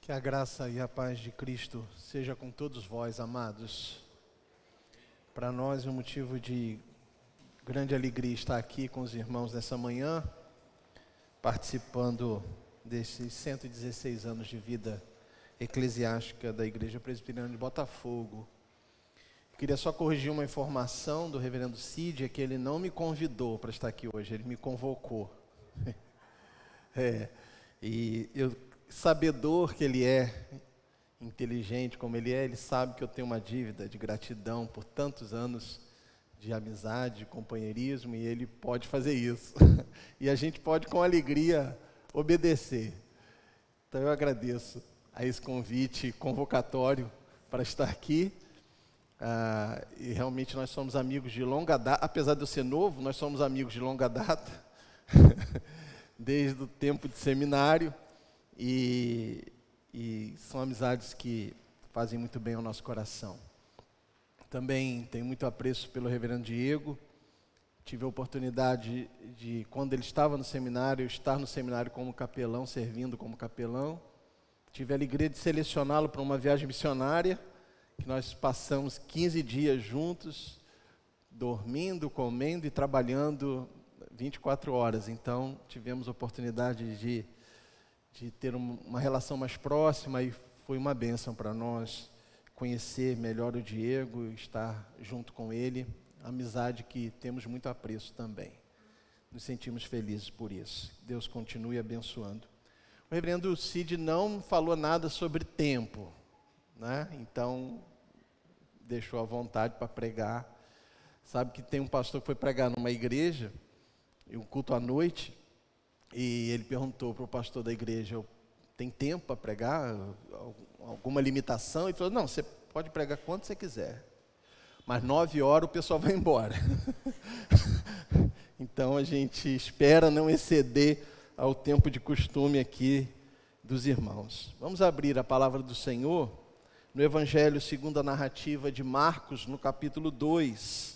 Que a graça e a paz de Cristo seja com todos vós, amados. Para nós é um motivo de grande alegria estar aqui com os irmãos nessa manhã, participando desses 116 anos de vida eclesiástica da Igreja Presbiteriana de Botafogo. Queria só corrigir uma informação do reverendo Cid, é que ele não me convidou para estar aqui hoje, ele me convocou. E eu, sabedor que ele é, inteligente como ele sabe que eu tenho uma dívida de gratidão por tantos anos de amizade, de companheirismo, e ele pode fazer isso. E a gente pode com alegria obedecer. Então eu agradeço a esse convite convocatório para estar aqui. E realmente nós somos amigos de longa data, apesar de eu ser novo, nós somos amigos de longa data, desde o tempo de seminário, e são amizades que fazem muito bem ao nosso coração. Também tenho muito apreço pelo reverendo Diego. Tive a oportunidade de, quando ele estava no seminário, estar no seminário como capelão, servindo como capelão. Tive a alegria de selecioná-lo para uma viagem missionária, que nós passamos 15 dias juntos, dormindo, comendo e trabalhando 24 horas. Então, tivemos a oportunidade de ter uma relação mais próxima, e foi uma bênção para nós conhecer melhor o Diego, estar junto com ele, amizade que temos muito apreço também. Nos sentimos felizes por isso. Deus continue abençoando. O reverendo Cid não falou nada sobre tempo, né? Então, deixou à vontade para pregar. Sabe que tem um pastor que foi pregar numa igreja, um culto à noite, e ele perguntou para o pastor da igreja: tem tempo para pregar? Alguma limitação? Ele falou: não, você pode pregar quanto você quiser, mas 9 horas o pessoal vai embora. Então a gente espera não exceder ao tempo de costume aqui dos irmãos. Vamos abrir a palavra do Senhor no Evangelho segundo a narrativa de Marcos, no capítulo 2.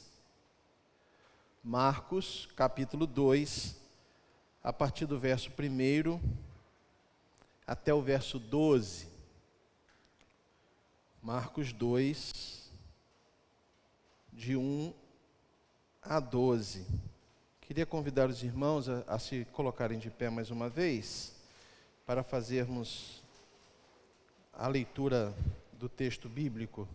Marcos, capítulo 2, a partir do verso 1 até o verso 12. Marcos 2, de 1 a 12. Queria convidar os irmãos a se colocarem de pé mais uma vez, para fazermos a leitura do texto bíblico.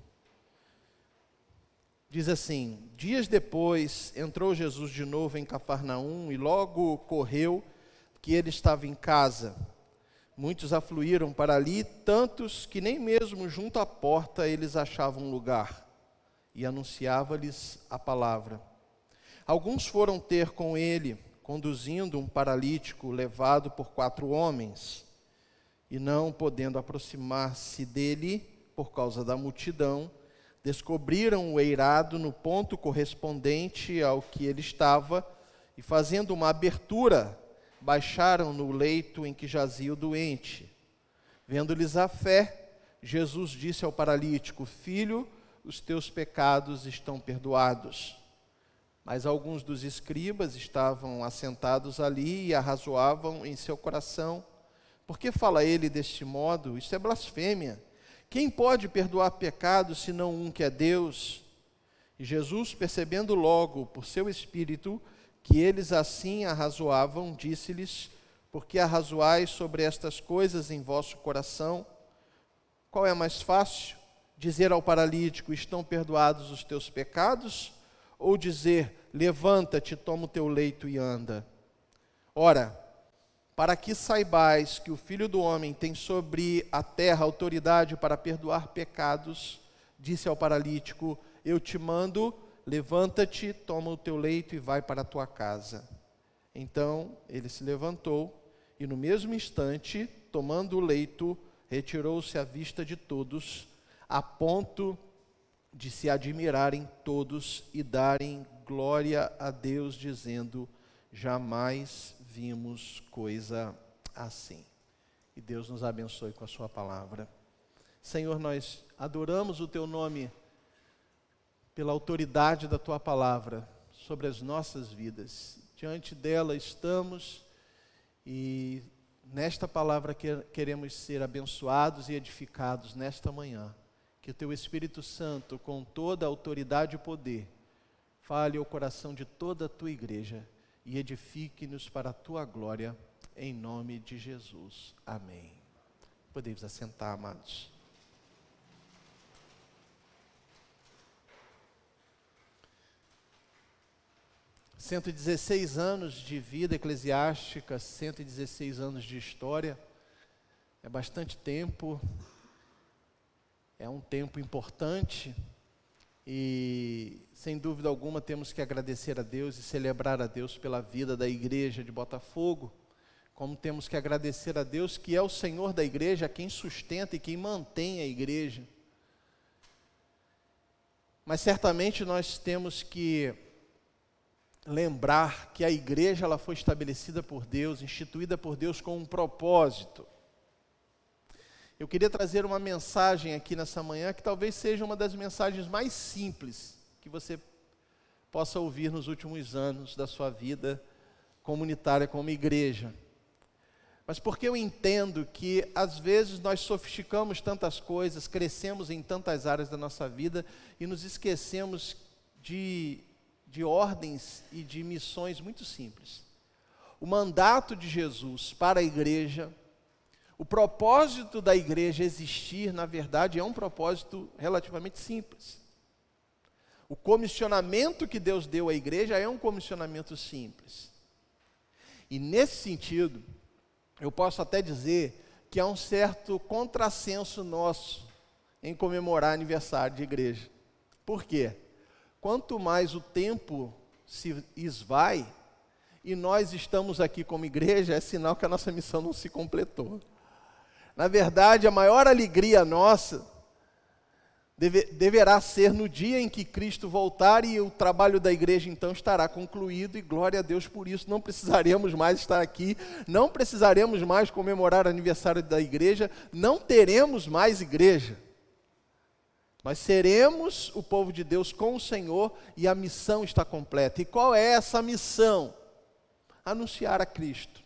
Diz assim: dias depois, entrou Jesus de novo em Cafarnaum, e logo ocorreu que ele estava em casa. Muitos afluíram para ali, tantos que nem mesmo junto à porta eles achavam lugar, e anunciava-lhes a palavra. Alguns foram ter com ele, conduzindo um paralítico levado por 4 homens, e não podendo aproximar-se dele por causa da multidão, descobriram o eirado no ponto correspondente ao que ele estava, e fazendo uma abertura, baixaram no leito em que jazia o doente. Vendo-lhes a fé, Jesus disse ao paralítico: filho, os teus pecados estão perdoados. Mas alguns dos escribas estavam assentados ali e arrazoavam em seu coração: por que fala ele deste modo? Isso é blasfêmia. Quem pode perdoar pecados, senão um que é Deus? E Jesus, percebendo logo por seu espírito que eles assim arrazoavam, disse-lhes: por que arrazoais sobre estas coisas em vosso coração? Qual é mais fácil? Dizer ao paralítico: estão perdoados os teus pecados? Ou dizer: levanta-te, toma o teu leito e anda? Ora, para que saibais que o Filho do Homem tem sobre a terra autoridade para perdoar pecados, disse ao paralítico: eu te mando, levanta-te, toma o teu leito e vai para a tua casa. Então ele se levantou e no mesmo instante, tomando o leito, retirou-se à vista de todos, a ponto de se admirarem todos e darem glória a Deus, dizendo: jamais vimos coisa assim. E Deus nos abençoe com a sua palavra. Senhor, nós adoramos o teu nome pela autoridade da tua palavra sobre as nossas vidas. Diante dela estamos e nesta palavra queremos ser abençoados e edificados nesta manhã. Que o Teu Espírito Santo, com toda a autoridade e poder, fale ao coração de toda a Tua igreja e edifique-nos para a Tua glória, em nome de Jesus. Amém. Podemos assentar, amados. « 116 anos de vida eclesiástica, 116 anos de história, é bastante tempo, é um tempo importante e, sem dúvida alguma, temos que agradecer a Deus e celebrar a Deus pela vida da igreja de Botafogo, como temos que agradecer a Deus que é o Senhor da igreja, quem sustenta e quem mantém a igreja. Mas certamente nós temos que lembrar que a igreja ela foi estabelecida por Deus, instituída por Deus com um propósito. Eu queria trazer uma mensagem aqui nessa manhã, que talvez seja uma das mensagens mais simples que você possa ouvir nos últimos anos da sua vida comunitária como igreja. Mas porque eu entendo que às vezes nós sofisticamos tantas coisas, crescemos em tantas áreas da nossa vida e nos esquecemos de ordens e de missões muito simples. O mandato de Jesus para a igreja, o propósito da igreja existir, na verdade, é um propósito relativamente simples. O comissionamento que Deus deu à igreja é um comissionamento simples. E nesse sentido, eu posso até dizer que há um certo contrassenso nosso em comemorar aniversário de igreja. Por quê? Quanto mais o tempo se esvai e nós estamos aqui como igreja, é sinal que a nossa missão não se completou. Na verdade, a maior alegria nossa deverá ser no dia em que Cristo voltar e o trabalho da igreja então estará concluído, e glória a Deus por isso. Não precisaremos mais estar aqui, não precisaremos mais comemorar o aniversário da igreja, não teremos mais igreja. Nós seremos o povo de Deus com o Senhor e a missão está completa. E qual é essa missão? Anunciar a Cristo.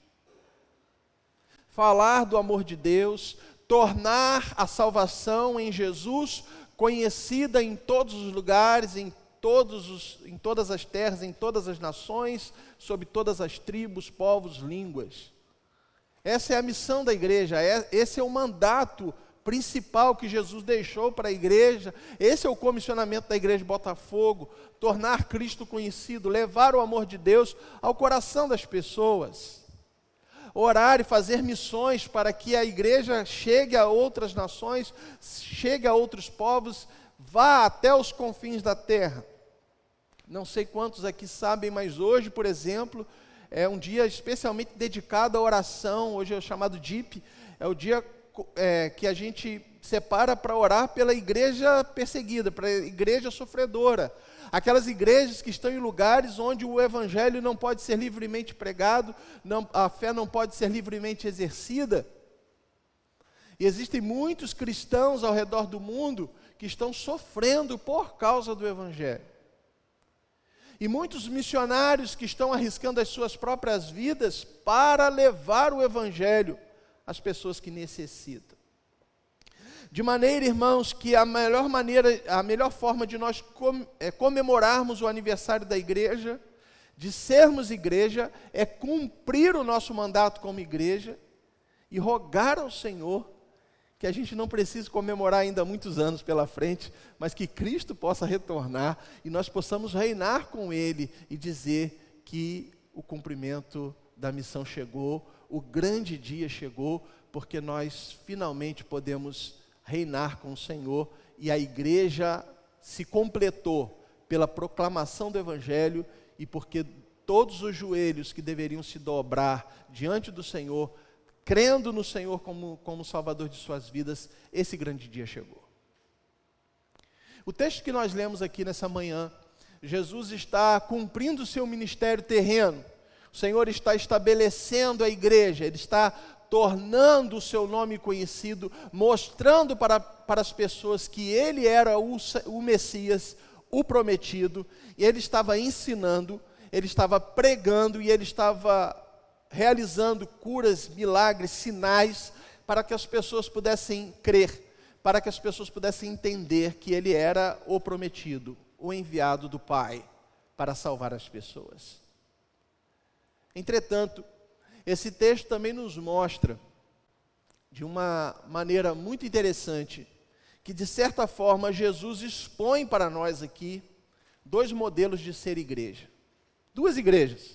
Falar do amor de Deus, tornar a salvação em Jesus conhecida em todos os lugares, em todas as terras, em todas as nações, sob todas as tribos, povos, línguas. Essa é a missão da igreja, esse é o mandato principal que Jesus deixou para a igreja. Esse é o comissionamento da igreja de Botafogo: tornar Cristo conhecido, levar o amor de Deus ao coração das pessoas, orar e fazer missões para que a igreja chegue a outras nações, chegue a outros povos, vá até os confins da terra. Não sei quantos aqui sabem, mas hoje, por exemplo, é um dia especialmente dedicado à oração. Hoje é o chamado DIP, é o dia que a gente separa para orar pela igreja perseguida, para a igreja sofredora, aquelas igrejas que estão em lugares onde o evangelho não pode ser livremente pregado, a fé não pode ser livremente exercida. E existem muitos cristãos ao redor do mundo que estão sofrendo por causa do evangelho. E muitos missionários que estão arriscando as suas próprias vidas para levar o evangelho às pessoas que necessitam. De maneira, irmãos, que a melhor forma de nós comemorarmos o aniversário da igreja, de sermos igreja, é cumprir o nosso mandato como igreja e rogar ao Senhor que a gente não precise comemorar ainda muitos anos pela frente, mas que Cristo possa retornar e nós possamos reinar com Ele e dizer que o cumprimento da missão chegou, o grande dia chegou, porque nós finalmente podemos reinar com o Senhor e a igreja se completou pela proclamação do Evangelho e porque todos os joelhos que deveriam se dobrar diante do Senhor, crendo no Senhor como Salvador de suas vidas, esse grande dia chegou. O texto que nós lemos aqui nessa manhã, Jesus está cumprindo o seu ministério terreno. O Senhor está estabelecendo a igreja, Ele está tornando o seu nome conhecido, mostrando para as pessoas que Ele era o Messias, o prometido, e Ele estava ensinando, Ele estava pregando e Ele estava realizando curas, milagres, sinais, para que as pessoas pudessem crer, para que as pessoas pudessem entender que ele era o prometido, o enviado do Pai para salvar as pessoas. Entretanto, esse texto também nos mostra, de uma maneira muito interessante, que de certa forma Jesus expõe para nós aqui dois modelos de ser igreja. Duas igrejas.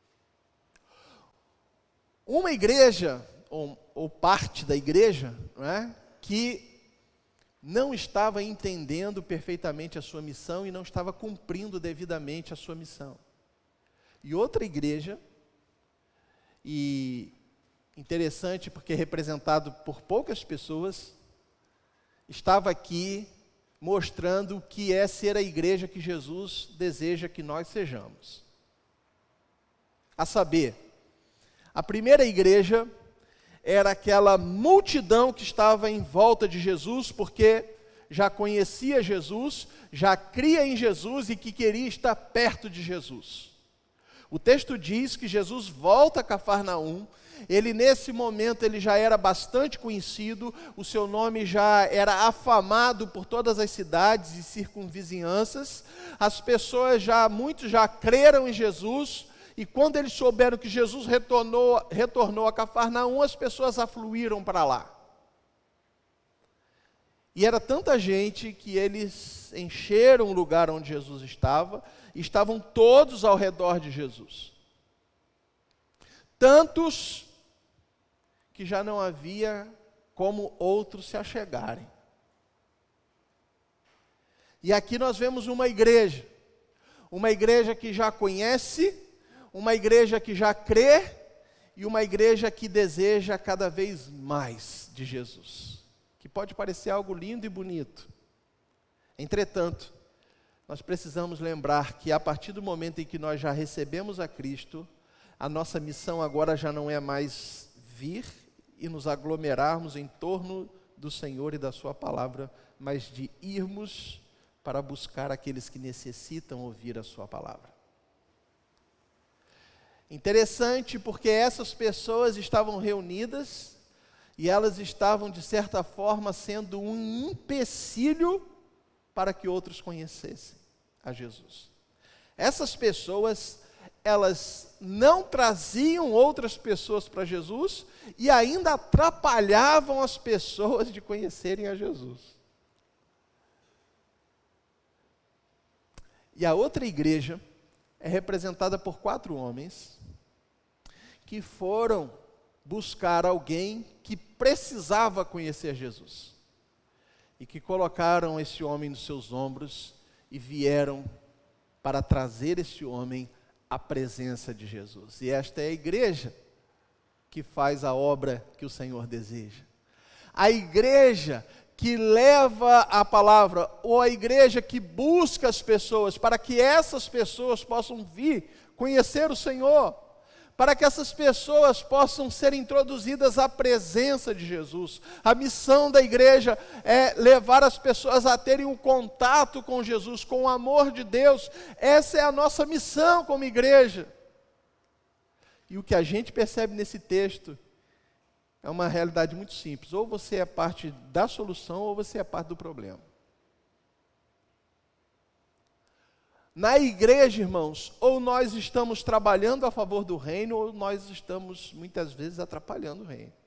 Uma igreja, ou parte da igreja, não é? Que não estava entendendo perfeitamente a sua missão e não estava cumprindo devidamente a sua missão. E outra igreja, e interessante porque é representado por poucas pessoas, estava aqui mostrando o que é ser a igreja que Jesus deseja que nós sejamos. A saber, a primeira igreja era aquela multidão que estava em volta de Jesus, porque já conhecia Jesus, já cria em Jesus e que queria estar perto de Jesus. O texto diz que Jesus volta a Cafarnaum. Ele, nesse momento, ele já era bastante conhecido, o seu nome já era afamado por todas as cidades e circunvizinhanças. As pessoas muitos já creram em Jesus, e quando eles souberam que Jesus retornou a Cafarnaum, as pessoas afluíram para lá. E era tanta gente que eles encheram o lugar onde Jesus estava, e estavam todos ao redor de Jesus. Tantos que já não havia como outros se achegarem. E aqui nós vemos uma igreja que já conhece, uma igreja que já crê, e uma igreja que deseja cada vez mais de Jesus, que pode parecer algo lindo e bonito. Entretanto, nós precisamos lembrar que a partir do momento em que nós já recebemos a Cristo, a nossa missão agora já não é mais vir e nos aglomerarmos em torno do Senhor e da sua palavra, mas de irmos para buscar aqueles que necessitam ouvir a sua palavra. Interessante porque essas pessoas estavam reunidas e elas estavam, de certa forma, sendo um empecilho para que outros conhecessem a Jesus. Essas pessoas, elas não traziam outras pessoas para Jesus e ainda atrapalhavam as pessoas de conhecerem a Jesus. E a outra igreja é representada por 4 homens que foram buscar alguém que precisava conhecer Jesus e que colocaram esse homem nos seus ombros e vieram para trazer esse homem à presença de Jesus. E esta é a igreja que faz a obra que o Senhor deseja. A igreja que leva a palavra, ou a igreja que busca as pessoas, para que essas pessoas possam vir conhecer o Senhor, para que essas pessoas possam ser introduzidas à presença de Jesus. A missão da igreja é levar as pessoas a terem um contato com Jesus, com o amor de Deus. Essa é a nossa missão como igreja. E o que a gente percebe nesse texto é uma realidade muito simples. Ou você é parte da solução, ou você é parte do problema. Na igreja, irmãos, ou nós estamos trabalhando a favor do reino, ou nós estamos, muitas vezes, atrapalhando o reino.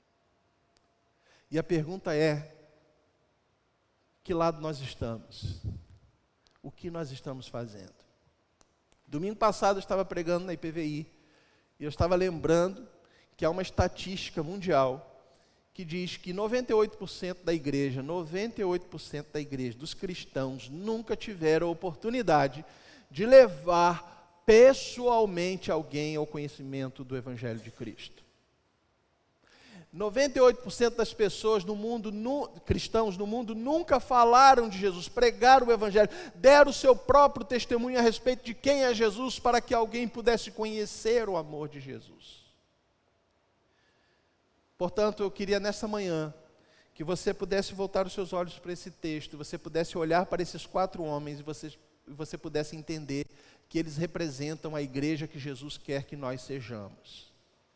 E a pergunta é, que lado nós estamos? O que nós estamos fazendo? Domingo passado eu estava pregando na IPVI, e eu estava lembrando que há uma estatística mundial que diz que 98% da igreja, dos cristãos, nunca tiveram a oportunidade de levar pessoalmente alguém ao conhecimento do Evangelho de Cristo. 98% das pessoas no mundo, cristãos no mundo, nunca falaram de Jesus, pregaram o Evangelho, deram o seu próprio testemunho a respeito de quem é Jesus, para que alguém pudesse conhecer o amor de Jesus. Portanto, eu queria nessa manhã que você pudesse voltar os seus olhos para esse texto, você pudesse olhar para esses 4 homens e você pudesse entender que eles representam a igreja que Jesus quer que nós sejamos.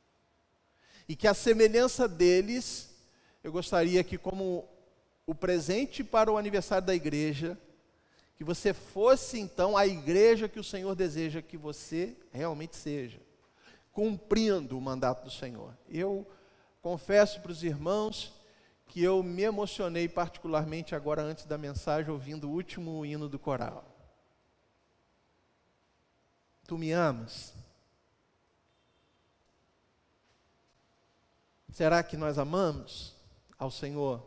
E que a semelhança deles, eu gostaria que, como o presente para o aniversário da igreja, que você fosse então a igreja que o Senhor deseja que você realmente seja, cumprindo o mandato do Senhor. Eu confesso para os irmãos que eu me emocionei particularmente agora antes da mensagem, ouvindo o último hino do coral. Tu me amas? Será que nós amamos ao Senhor?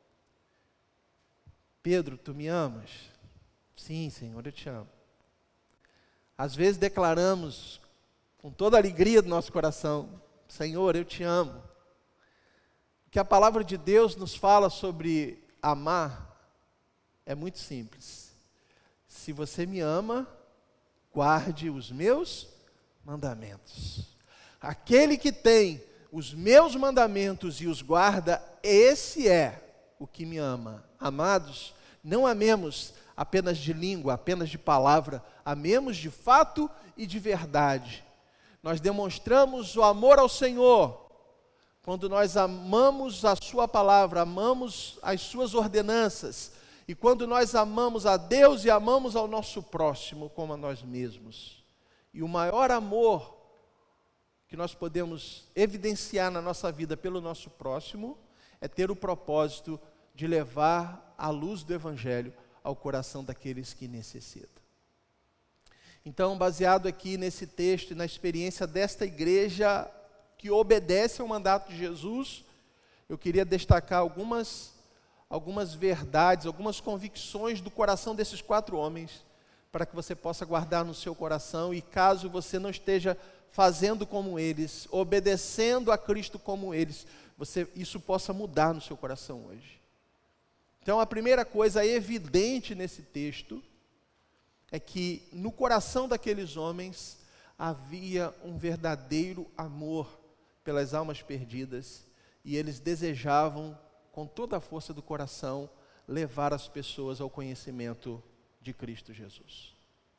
Pedro, tu me amas? Sim, Senhor, eu te amo. Às vezes declaramos com toda a alegria do nosso coração: Senhor, eu te amo. O que a palavra de Deus nos fala sobre amar é muito simples. Se você me ama, guarde os meus mandamentos. Aquele que tem os meus mandamentos e os guarda, esse é o que me ama. Amados, não amemos apenas de língua, apenas de palavra, amemos de fato e de verdade. Nós demonstramos o amor ao Senhor quando nós amamos a sua palavra, amamos as suas ordenanças, e quando nós amamos a Deus e amamos ao nosso próximo como a nós mesmos. E o maior amor que nós podemos evidenciar na nossa vida pelo nosso próximo é ter o propósito de levar a luz do Evangelho ao coração daqueles que necessitam. Então, baseado aqui nesse texto e na experiência desta igreja que obedece ao mandato de Jesus, eu queria destacar algumas verdades, algumas convicções do coração desses 4 homens, para que você possa guardar no seu coração, e caso você não esteja fazendo como eles, obedecendo a Cristo como eles, isso possa mudar no seu coração hoje. Então, a primeira coisa evidente nesse texto é que no coração daqueles homens havia um verdadeiro amor pelas almas perdidas, e eles desejavam, com toda a força do coração, levar as pessoas ao conhecimento de Cristo Jesus.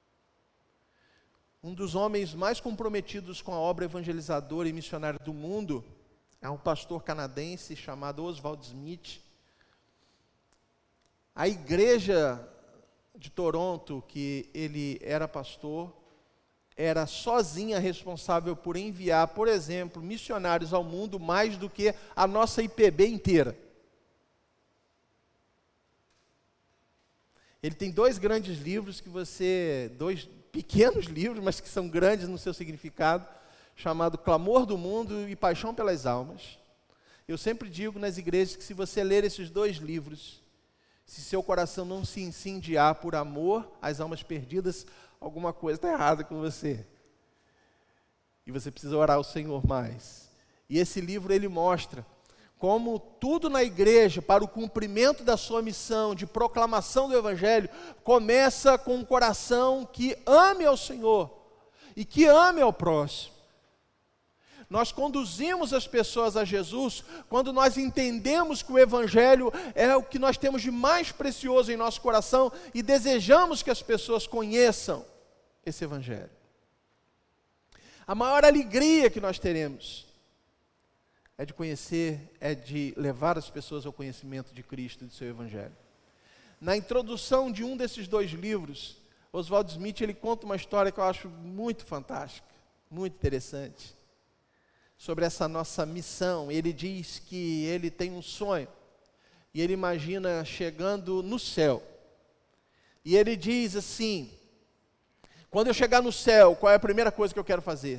Um dos homens mais comprometidos com a obra evangelizadora e missionária do mundo é um pastor canadense chamado Oswald Smith. A igreja de Toronto, que ele era pastor, era sozinha responsável por enviar, por exemplo, missionários ao mundo mais do que a nossa IPB inteira. Ele tem 2 grandes livros dois pequenos livros, mas que são grandes no seu significado, chamado Clamor do Mundo e Paixão pelas Almas. Eu sempre digo nas igrejas que se você ler esses 2 livros, se seu coração não se incendiar por amor às almas perdidas, alguma coisa está errada com você. E você precisa orar ao Senhor mais. E esse livro ele mostra como tudo na igreja, para o cumprimento da sua missão de proclamação do Evangelho, começa com um coração que ame ao Senhor e que ame ao próximo. Nós conduzimos as pessoas a Jesus quando nós entendemos que o Evangelho é o que nós temos de mais precioso em nosso coração e desejamos que as pessoas conheçam esse Evangelho. A maior alegria que nós teremos é de conhecer, é de levar as pessoas ao conhecimento de Cristo e do seu Evangelho. Na introdução de um desses 2 livros, Oswald Smith ele conta uma história que eu acho muito fantástica, muito interessante, sobre essa nossa missão. Ele diz que ele tem um sonho, e ele imagina chegando no céu. E ele diz assim: quando eu chegar no céu, qual é a primeira coisa que eu quero fazer?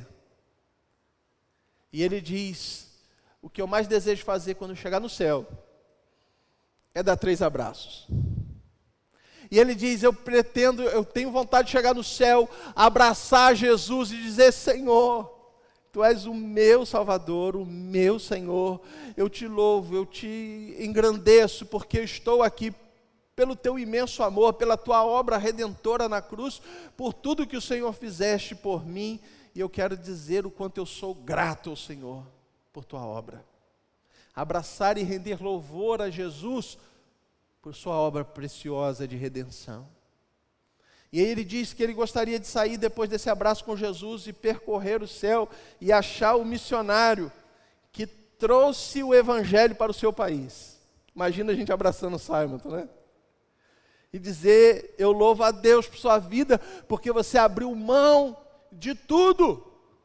E ele diz: o que eu mais desejo fazer quando eu chegar no céu é dar 3 abraços. E ele diz: eu tenho vontade de chegar no céu, abraçar Jesus e dizer: Senhor, Tu és o meu Salvador, o meu Senhor, eu te louvo, eu te engrandeço, porque eu estou aqui pelo Teu imenso amor, pela Tua obra redentora na cruz, por tudo que o Senhor fizeste por mim, e eu quero dizer o quanto eu sou grato ao Senhor por Tua obra. Abraçar e render louvor a Jesus por Sua obra preciosa de redenção. E aí ele diz que ele gostaria de sair depois desse abraço com Jesus e percorrer o céu e achar o missionário que trouxe o evangelho para o seu país. Imagina a gente abraçando o Simon, né? E dizer, eu louvo a Deus por sua vida, porque você abriu mão de tudo.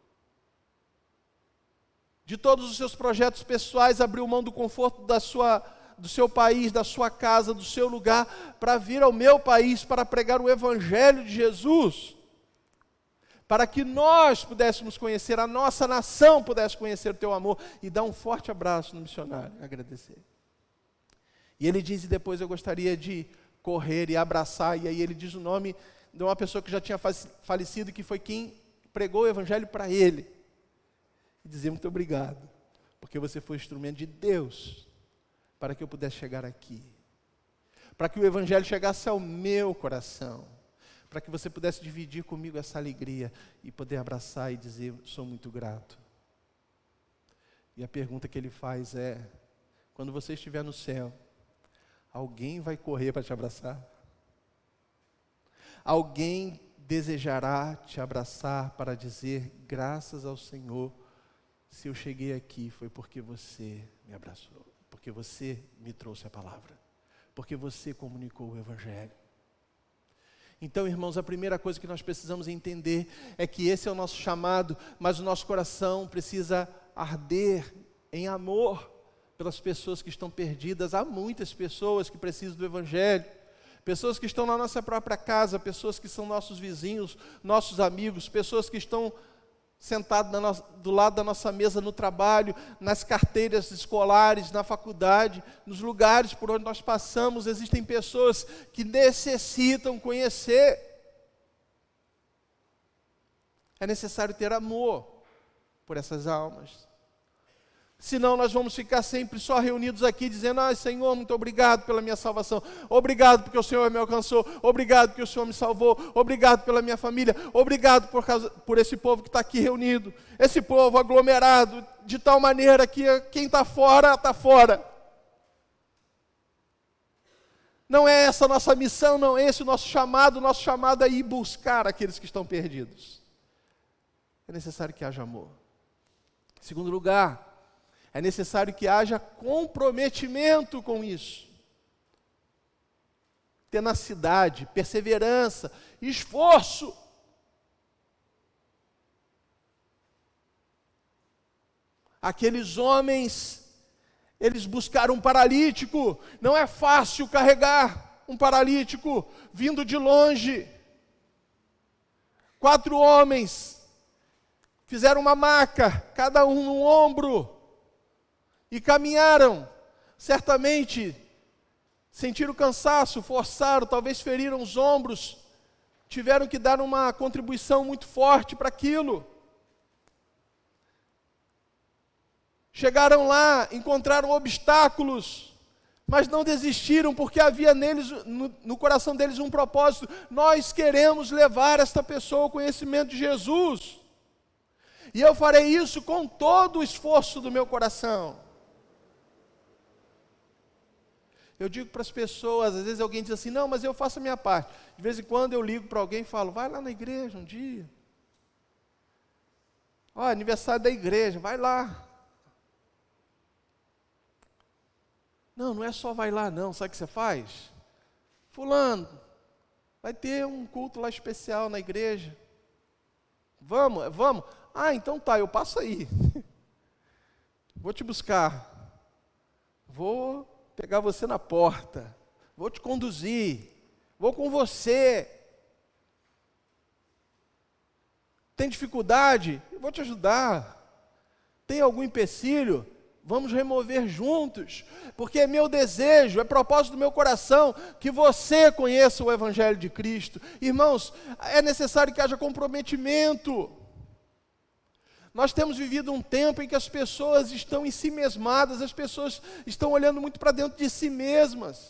De todos os seus projetos pessoais, abriu mão do conforto do seu país, da sua casa, do seu lugar, para vir ao meu país, para pregar o evangelho de Jesus. Para que nós pudéssemos conhecer, a nossa nação pudesse conhecer o teu amor, e dar um forte abraço no missionário, agradecer. E ele diz, e depois eu gostaria de correr e abraçar, e aí ele diz o nome de uma pessoa que já tinha falecido, que foi quem pregou o evangelho para ele. E dizer muito obrigado, porque você foi instrumento de Deus, para que eu pudesse chegar aqui. Para que o evangelho chegasse ao meu coração. Para que você pudesse dividir comigo essa alegria, e poder abraçar e dizer, sou muito grato. E a pergunta que ele faz é, quando você estiver no céu, alguém vai correr para te abraçar? Alguém desejará te abraçar para dizer, graças ao Senhor, se eu cheguei aqui foi porque você me abraçou, porque você me trouxe a palavra, porque você comunicou o evangelho. Então, irmãos, a primeira coisa que nós precisamos entender é que esse é o nosso chamado, mas o nosso coração precisa arder em amor pelas pessoas que estão perdidas. Há muitas pessoas que precisam do evangelho, pessoas que estão na nossa própria casa, pessoas que são nossos vizinhos, nossos amigos, pessoas que estão sentados do lado da nossa mesa no trabalho, nas carteiras escolares, na faculdade, nos lugares por onde nós passamos. Existem pessoas que necessitam conhecer. É necessário ter amor por essas almas. Senão nós vamos ficar sempre só reunidos aqui dizendo, Senhor, muito obrigado pela minha salvação, obrigado porque o Senhor me alcançou, obrigado porque o Senhor me salvou, obrigado pela minha família, obrigado por esse povo que está aqui reunido, esse povo aglomerado, de tal maneira que quem está fora, está fora. Não é essa a nossa missão, não é esse o nosso chamado é ir buscar aqueles que estão perdidos. É necessário que haja amor. Em segundo lugar, é necessário que haja comprometimento com isso. Tenacidade, perseverança, esforço. Aqueles homens, eles buscaram um paralítico. Não é fácil carregar um paralítico vindo de longe. 4 homens fizeram uma maca, cada um no ombro, e caminharam. Certamente sentiram cansaço, forçaram, talvez feriram os ombros, tiveram que dar uma contribuição muito forte para aquilo. Chegaram lá, encontraram obstáculos, mas não desistiram, porque havia neles, no coração deles, um propósito. Nós queremos levar esta pessoa ao conhecimento de Jesus, e eu farei isso com todo o esforço do meu coração. Eu digo para as pessoas, às vezes alguém diz assim, não, mas eu faço a minha parte. De vez em quando eu ligo para alguém e falo, vai lá na igreja um dia. Aniversário da igreja, vai lá. Não, não é só vai lá não, sabe o que você faz? Fulano, vai ter um culto lá especial na igreja. Vamos? Então tá, eu passo aí. Vou te buscar. Vou pegar você na porta, vou te conduzir, vou com você. Tem dificuldade? Eu vou te ajudar. Tem algum empecilho? Vamos remover juntos, porque é meu desejo, é propósito do meu coração, que você conheça o Evangelho de Cristo. Irmãos, é necessário que haja comprometimento. Nós temos vivido um tempo em que as pessoas estão em si mesmadas, as pessoas estão olhando muito para dentro de si mesmas.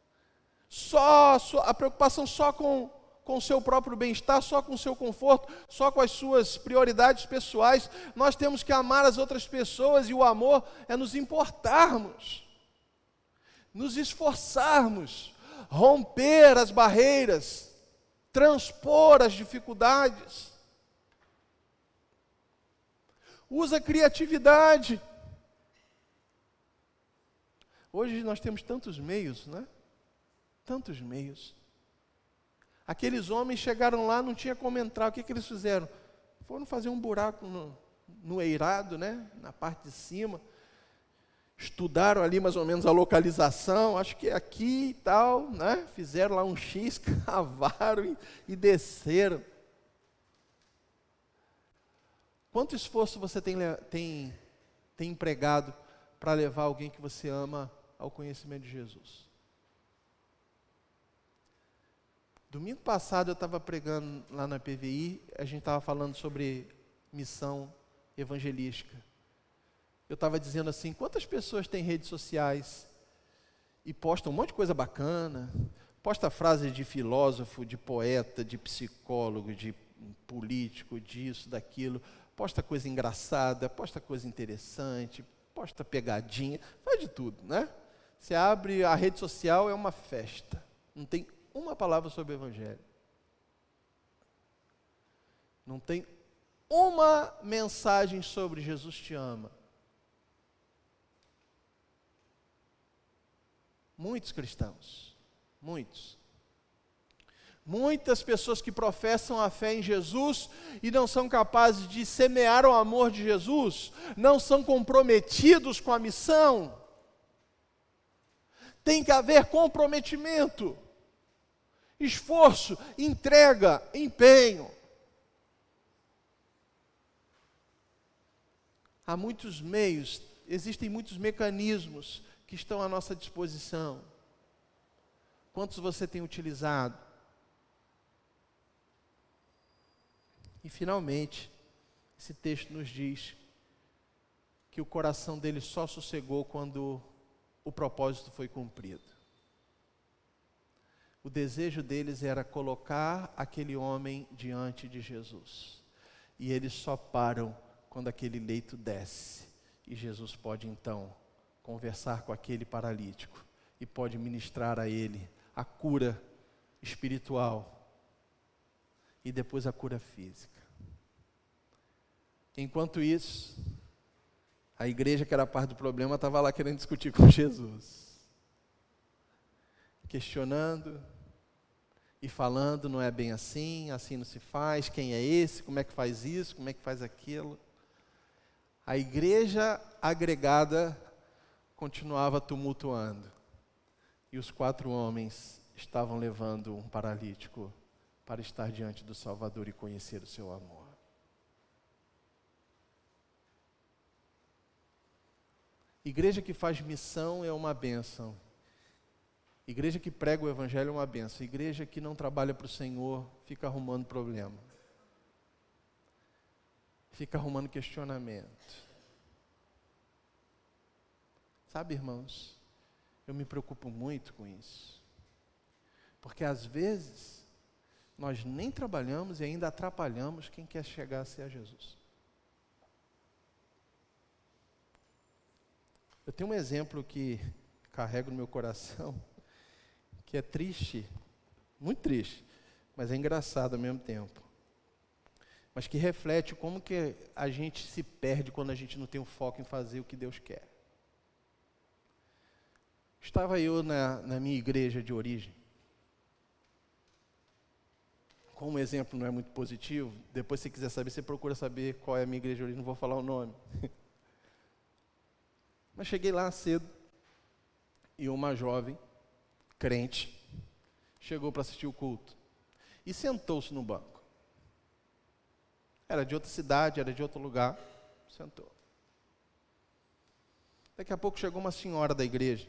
A preocupação só com o seu próprio bem-estar, só com o seu conforto, só com as suas prioridades pessoais. Nós temos que amar as outras pessoas, e o amor é nos importarmos, nos esforçarmos, romper as barreiras, transpor as dificuldades. Usa a criatividade. Hoje nós temos tantos meios, né? Tantos meios. Aqueles homens chegaram lá, não tinha como entrar. O que eles fizeram? Foram fazer um buraco no eirado, né? Na parte de cima. Estudaram ali mais ou menos a localização, acho que é aqui e tal, né? Fizeram lá um X, cavaram e desceram. Quanto esforço você tem empregado para levar alguém que você ama ao conhecimento de Jesus? Domingo passado eu estava pregando lá na PVI, a gente estava falando sobre missão evangelística. Eu estava dizendo assim, quantas pessoas têm redes sociais e postam um monte de coisa bacana, posta frases de filósofo, de poeta, de psicólogo, de político, disso, daquilo, posta coisa engraçada, posta coisa interessante, posta pegadinha, faz de tudo, né? Você abre a rede social, é uma festa, não tem uma palavra sobre o Evangelho. Não tem uma mensagem sobre Jesus te ama. Muitos cristãos, muitas pessoas que professam a fé em Jesus e não são capazes de semear o amor de Jesus, não são comprometidos com a missão. Tem que haver comprometimento, esforço, entrega, empenho. Há muitos meios, existem muitos mecanismos que estão à nossa disposição. Quantos você tem utilizado? E finalmente, esse texto nos diz que o coração dele só sossegou quando o propósito foi cumprido. O desejo deles era colocar aquele homem diante de Jesus. E eles só param quando aquele leito desce. E Jesus pode então conversar com aquele paralítico e pode ministrar a ele a cura espiritual e depois a cura física. Enquanto isso, a igreja, que era parte do problema, estava lá querendo discutir com Jesus, questionando e falando, não é bem assim, assim não se faz, quem é esse, como é que faz isso, como é que faz aquilo. A igreja agregada continuava tumultuando. E os 4 homens estavam levando um paralítico para estar diante do Salvador e conhecer o seu amor. Igreja que faz missão é uma bênção. Igreja que prega o Evangelho é uma bênção. Igreja que não trabalha para o Senhor fica arrumando problema. Fica arrumando questionamento. Sabe, irmãos, eu me preocupo muito com isso. Porque às vezes, nós nem trabalhamos e ainda atrapalhamos quem quer chegar a ser a Jesus. Eu tenho um exemplo que carrego no meu coração, que é triste, muito triste, mas é engraçado ao mesmo tempo. Mas que reflete como que a gente se perde quando a gente não tem um foco em fazer o que Deus quer. Estava eu na minha igreja de origem. Como o exemplo não é muito positivo, depois se você quiser saber, você procura saber qual é a minha igreja de origem, não vou falar o nome. Mas cheguei lá cedo e uma jovem, crente, chegou para assistir o culto e sentou-se no banco. Era de outra cidade, era de outro lugar, sentou. Daqui a pouco chegou uma senhora da igreja.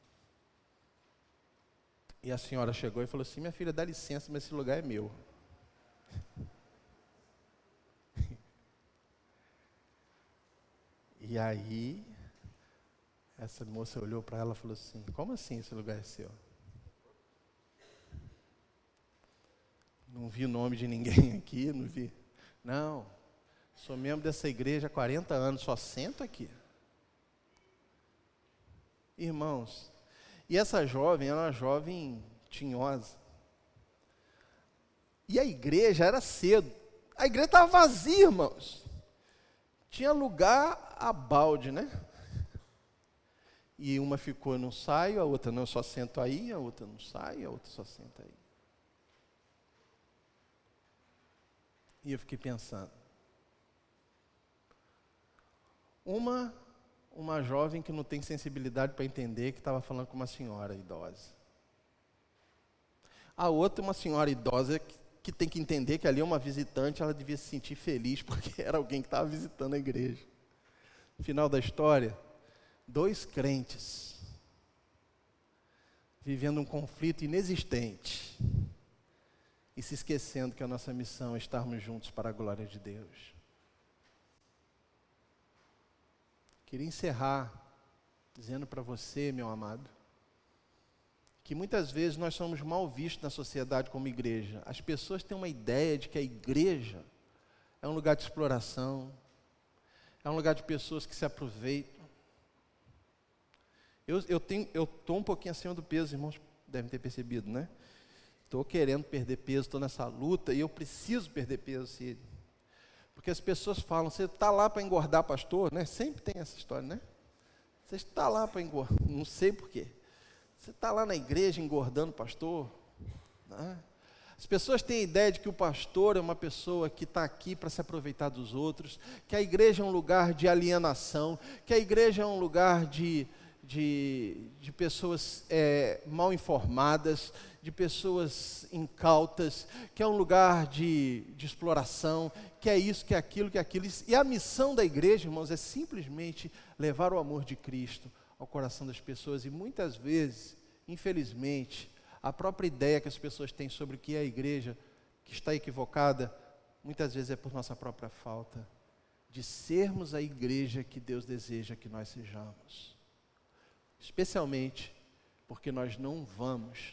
E a senhora chegou e falou assim: minha filha, dá licença, mas esse lugar é meu. E aí, essa moça olhou para ela e falou assim: como assim esse lugar é seu? Não vi o nome de ninguém aqui, não vi. Não, sou membro dessa igreja há 40 anos, só sento aqui. Irmãos, e essa jovem era uma jovem tinhosa. E a igreja era cedo. A igreja estava vazia, irmãos. Tinha lugar a balde, né? E uma ficou, não saio, a outra não, só sento aí, a outra não sai, a outra só senta aí. E eu fiquei pensando. Uma jovem que não tem sensibilidade para entender que estava falando com uma senhora idosa. A outra, uma senhora idosa que tem que entender que ali é uma visitante, ela devia se sentir feliz porque era alguém que estava visitando a igreja. No final da história, 2 crentes vivendo um conflito inexistente e se esquecendo que a nossa missão é estarmos juntos para a glória de Deus. Queria encerrar dizendo para você, meu amado, que muitas vezes nós somos mal vistos na sociedade como igreja. As pessoas têm uma ideia de que a igreja é um lugar de exploração, é um lugar de pessoas que se aproveitam. Eu estou um pouquinho acima do peso, irmãos devem ter percebido, né? Estou querendo perder peso, estou nessa luta e eu preciso perder peso, Cid. Porque as pessoas falam, você está lá para engordar, pastor, né? Sempre tem essa história, né? Você está lá para engordar, não sei porquê. Você está lá na igreja engordando, pastor? Né? As pessoas têm a ideia de que o pastor é uma pessoa que está aqui para se aproveitar dos outros, que a igreja é um lugar de alienação, que a igreja é um lugar de pessoas mal informadas, de pessoas incautas, que é um lugar de exploração, que é isso, que é aquilo, que é aquilo. E a missão da igreja, irmãos, é simplesmente levar o amor de Cristo ao coração das pessoas. E muitas vezes, infelizmente, a própria ideia que as pessoas têm sobre o que é a igreja, que está equivocada, muitas vezes é por nossa própria falta de sermos a igreja que Deus deseja que nós sejamos. Especialmente porque nós não vamos.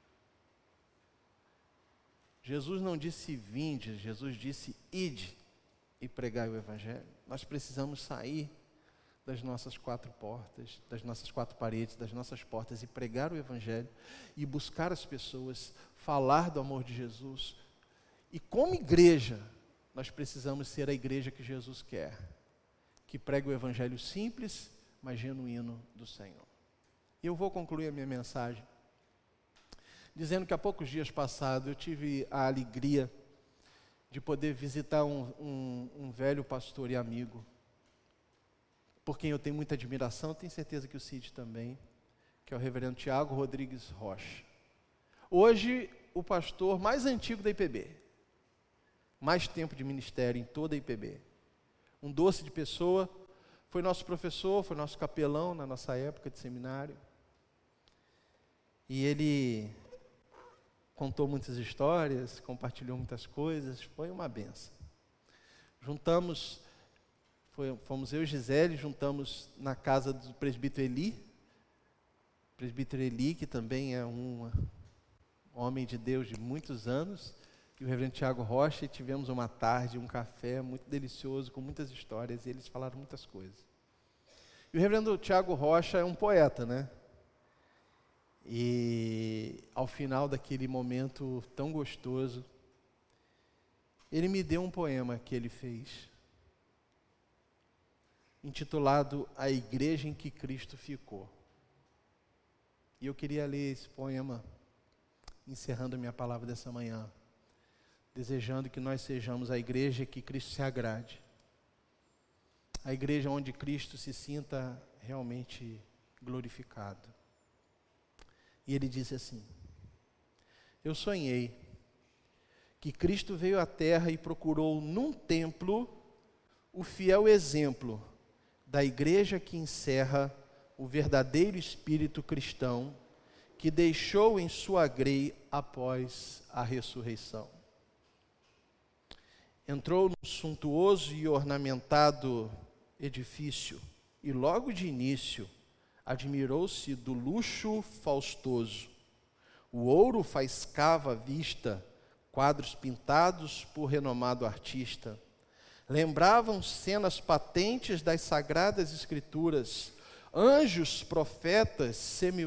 Jesus não disse vinde, Jesus disse ide e pregai o evangelho. Nós precisamos sair das nossas 4 portas, das nossas 4 paredes, das nossas portas e pregar o evangelho e buscar as pessoas, falar do amor de Jesus. E como igreja, nós precisamos ser a igreja que Jesus quer, que prega o evangelho simples, mas genuíno do Senhor. E eu vou concluir a minha mensagem dizendo que há poucos dias passados eu tive a alegria de poder visitar um velho pastor e amigo, por quem eu tenho muita admiração, tenho certeza que o Cid também, que é o reverendo Tiago Rodrigues Rocha. Hoje, o pastor mais antigo da IPB, mais tempo de ministério em toda a IPB. Um doce de pessoa, foi nosso professor, foi nosso capelão na nossa época de seminário. E ele contou muitas histórias, compartilhou muitas coisas, foi uma benção. Fomos eu e Gisele, juntamos na casa do presbítero Eli, que também é um homem de Deus de muitos anos, e o reverendo Tiago Rocha, e tivemos uma tarde, um café muito delicioso, com muitas histórias, e eles falaram muitas coisas. E o reverendo Tiago Rocha é um poeta, né? E ao final daquele momento tão gostoso, ele me deu um poema que ele fez, intitulado A Igreja em que Cristo Ficou. E eu queria ler esse poema, encerrando a minha palavra dessa manhã, desejando que nós sejamos a igreja que Cristo se agrade, a igreja onde Cristo se sinta realmente glorificado. E ele disse assim: eu sonhei que Cristo veio à terra e procurou num templo o fiel exemplo da igreja que encerra o verdadeiro espírito cristão que deixou em sua grei após a ressurreição. Entrou num suntuoso e ornamentado edifício e logo de início admirou-se do luxo faustoso. O ouro faiscava à vista, quadros pintados por renomado artista. Lembravam cenas patentes das sagradas escrituras, anjos, profetas,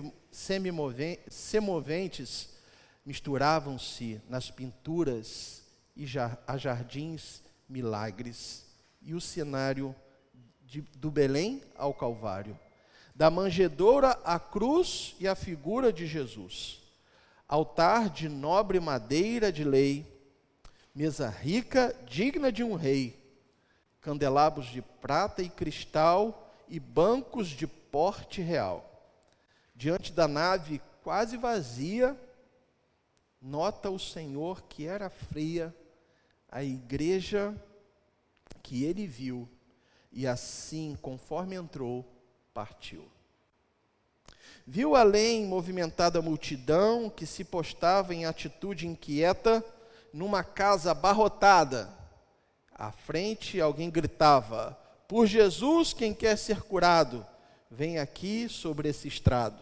semoventes, misturavam-se nas pinturas e a jardins milagres, e o cenário do Belém ao Calvário, Da manjedoura, a cruz e a figura de Jesus. Altar de nobre madeira de lei, mesa rica, digna de um rei, candelabros de prata e cristal e bancos de porte real. Diante da nave quase vazia, nota o Senhor que era fria a igreja que ele viu, e assim, conforme entrou, partiu. Viu além movimentada multidão que se postava em atitude inquieta numa casa abarrotada. À frente alguém gritava: por Jesus, quem quer ser curado, vem aqui sobre esse estrado.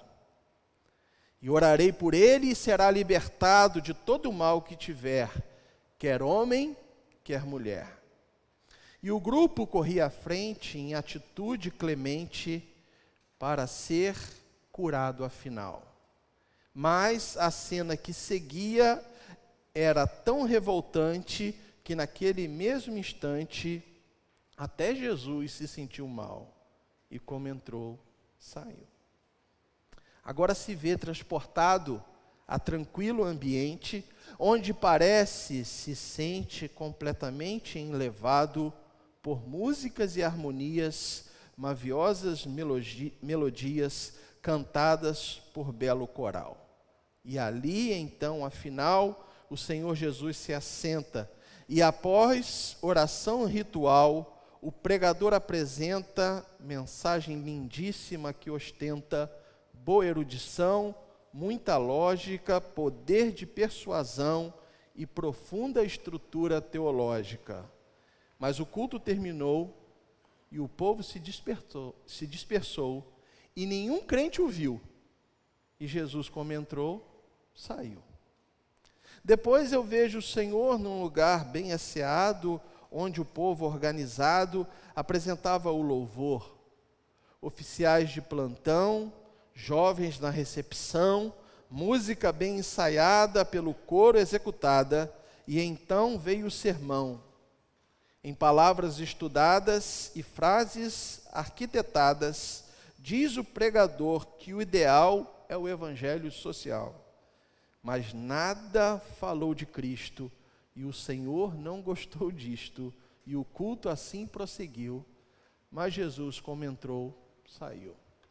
E orarei por ele e será libertado de todo o mal que tiver, quer homem, quer mulher. E o grupo corria à frente em atitude clemente para ser curado afinal. Mas a cena que seguia era tão revoltante que naquele mesmo instante até Jesus se sentiu mal e, como entrou, saiu. Agora se vê transportado a tranquilo ambiente, onde se sente completamente enlevado por músicas e harmonias, maviosas melodias cantadas por belo coral. E ali, então, afinal, o Senhor Jesus se assenta, e após oração ritual, o pregador apresenta mensagem lindíssima que ostenta boa erudição, muita lógica, poder de persuasão e profunda estrutura teológica. Mas o culto terminou e o povo se dispersou e nenhum crente o viu. E Jesus, como entrou, saiu. Depois eu vejo o Senhor num lugar bem asseado, onde o povo organizado apresentava o louvor. Oficiais de plantão, jovens na recepção, música bem ensaiada pelo coro executada, e então veio o sermão. Em palavras estudadas e frases arquitetadas, diz o pregador que o ideal é o evangelho social. Mas nada falou de Cristo, e o Senhor não gostou disto, e o culto assim prosseguiu. Mas Jesus, como entrou, saiu.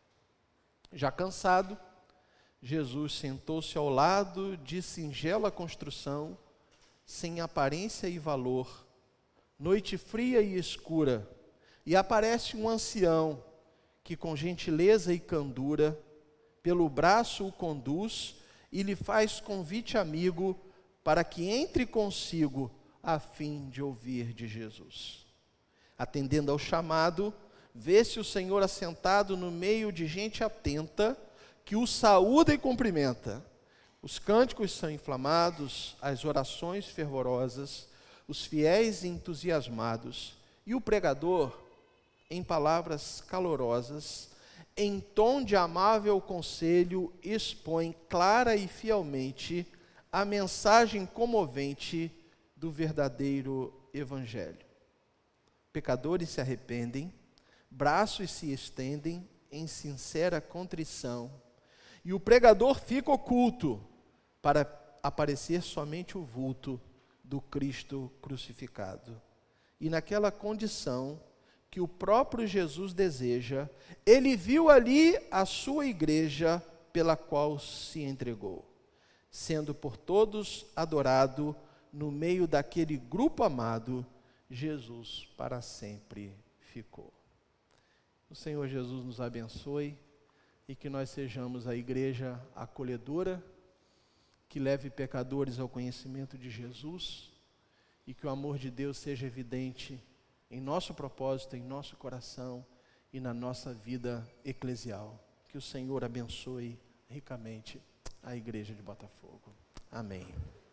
Já cansado, Jesus sentou-se ao lado de singela construção, sem aparência e valor, noite fria e escura, e aparece um ancião, que com gentileza e candura, pelo braço o conduz, e lhe faz convite amigo, para que entre consigo, a fim de ouvir de Jesus. Atendendo ao chamado, vê-se o Senhor assentado no meio de gente atenta, que o saúda e cumprimenta. Os cânticos são inflamados, as orações fervorosas, os fiéis entusiasmados, e o pregador, em palavras calorosas, em tom de amável conselho, expõe clara e fielmente a mensagem comovente do verdadeiro Evangelho. Pecadores se arrependem, braços se estendem em sincera contrição, e o pregador fica oculto para aparecer somente o vulto do Cristo crucificado. E naquela condição que o próprio Jesus deseja, ele viu ali a sua igreja pela qual se entregou, sendo por todos adorado no meio daquele grupo amado, Jesus para sempre ficou. O Senhor Jesus nos abençoe e que nós sejamos a igreja acolhedora, que leve pecadores ao conhecimento de Jesus e que o amor de Deus seja evidente em nosso propósito, em nosso coração e na nossa vida eclesial. Que o Senhor abençoe ricamente a igreja de Botafogo. Amém.